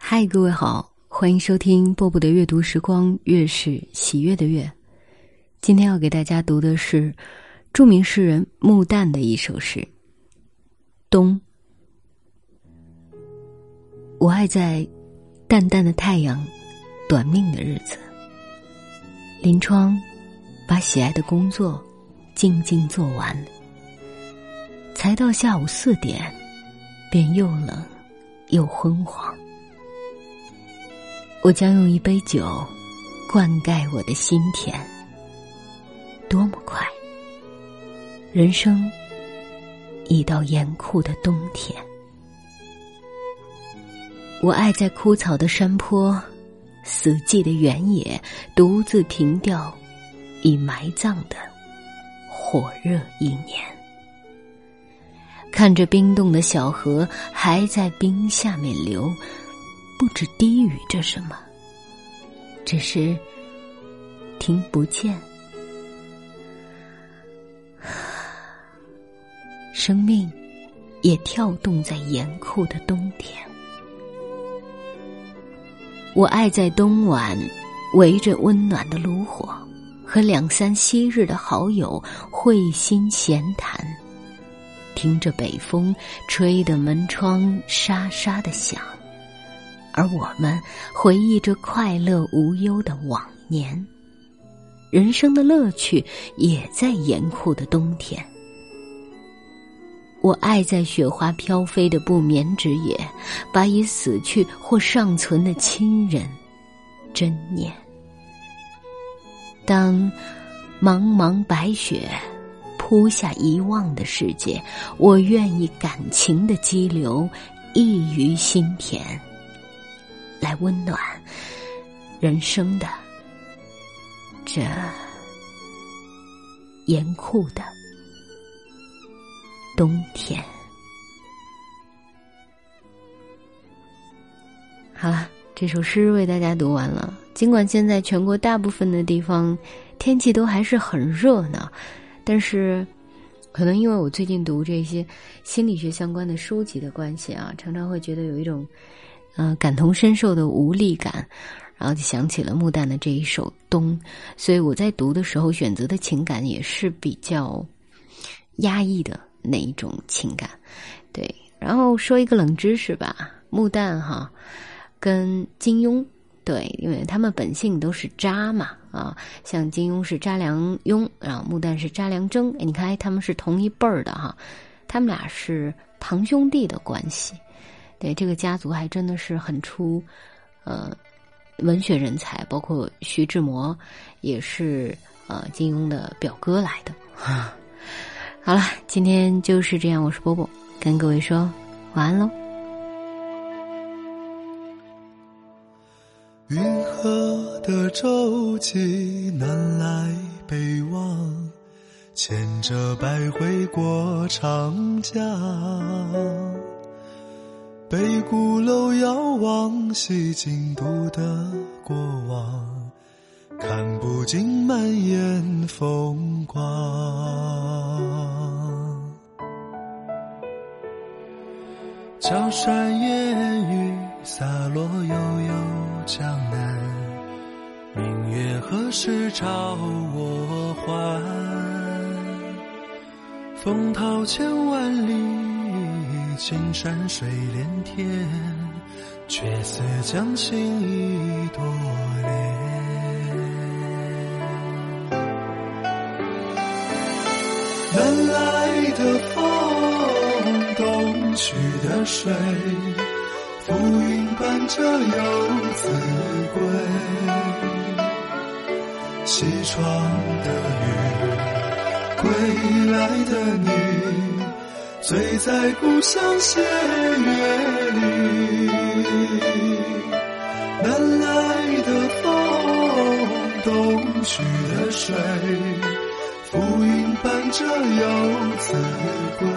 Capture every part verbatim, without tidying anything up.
嗨，各位好，欢迎收听波波的阅读时光，月是喜悦的月。今天要给大家读的是著名诗人穆旦的一首诗《冬》。我爱在淡淡的太阳短命的日子，临窗把喜爱的工作静静做完，才到下午四点，便又冷又昏黄。我将用一杯酒灌溉我的心田，多么快！人生已到严酷的冬天。我爱在枯草的山坡、死寂的原野，独自凭吊已埋葬的火热一年，看着冰冻的小河还在冰下面流，不知低语着什么，只是听不见。生命也跳动在严酷的冬天。我爱在冬晚围着温暖的炉火，和两三昔日的好友会心闲谈，听着北风吹得门窗沙沙地响，而我们回忆着快乐无忧的往年。人生的乐趣也在严酷的冬天。我爱在雪花飘飞的不眠之夜，把已死去或尚存的亲人珍念。当茫茫白雪铺下遗忘的世界，我愿意感情的激流溢于心田，来温暖人生的这严酷的冬天。好了，这首诗为大家读完了。尽管现在全国大部分的地方天气都还是很热呢，但是可能因为我最近读这些心理学相关的书籍的关系啊，常常会觉得有一种呃感同身受的无力感，然后就想起了穆旦的这一首《冬》，所以我在读的时候选择的情感也是比较压抑的那一种情感。对，然后说一个冷知识吧，穆旦哈跟金庸，对，因为他们本姓都是查嘛，啊，像金庸是查良镛，然后穆旦是查良铮，哎，你看他们是同一辈儿的哈，他们俩是堂兄弟的关系。对，这个家族还真的是很出呃文学人才，包括徐志摩也是呃金庸的表哥来的。好了，今天就是这样，我是波波，跟各位说晚安喽。 云河的舟楫南来北往，牵着百回过长江。北鼓楼遥望西京都的过往，看不尽满眼风光。江山烟雨洒落悠悠江南，明月何时照我还？风涛千万里，青山水连天，却似将心一朵莲。南来的风，东去的水，浮云伴着游子归。西窗的雨，归来的你，醉在故乡斜月里。南来的风，东去的水，浮云伴着游子归。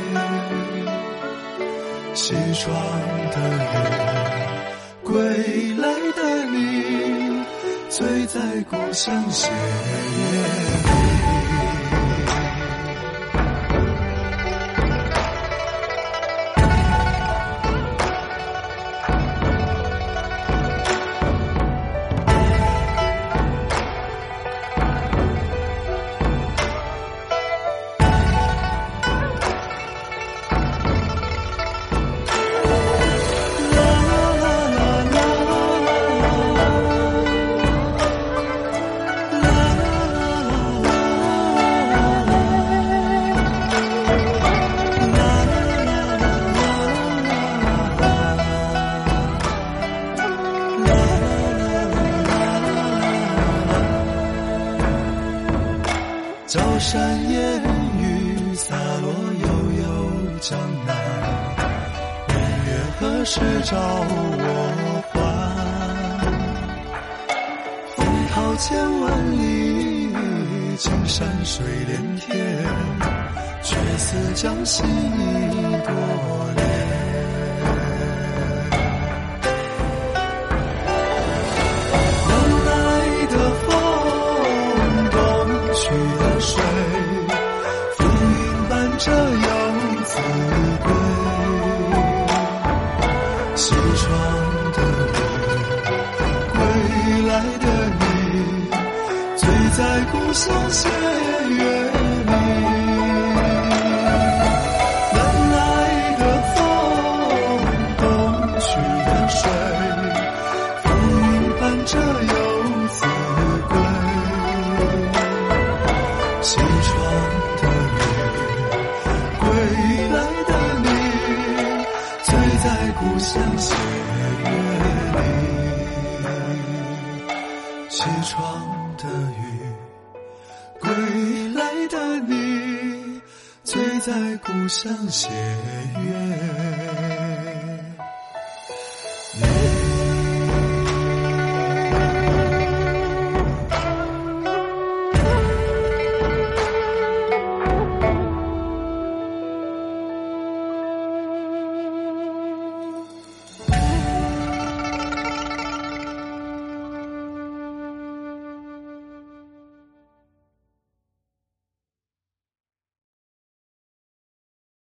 西窗的雨，归来的你，醉在故乡斜月里。 山烟雨洒落悠悠江南，明月何时照我还？风涛千万里，青山水连天，却似将心意多恋。南来的风，东去的水，浮云伴着游子归。西窗的雨，归来的你，醉在故乡斜月里。南来的风，东去的水，浮云伴着游子归。西窗的雨，归来的你，醉在故乡斜月里。西窗的雨，归来的你，醉在故乡斜月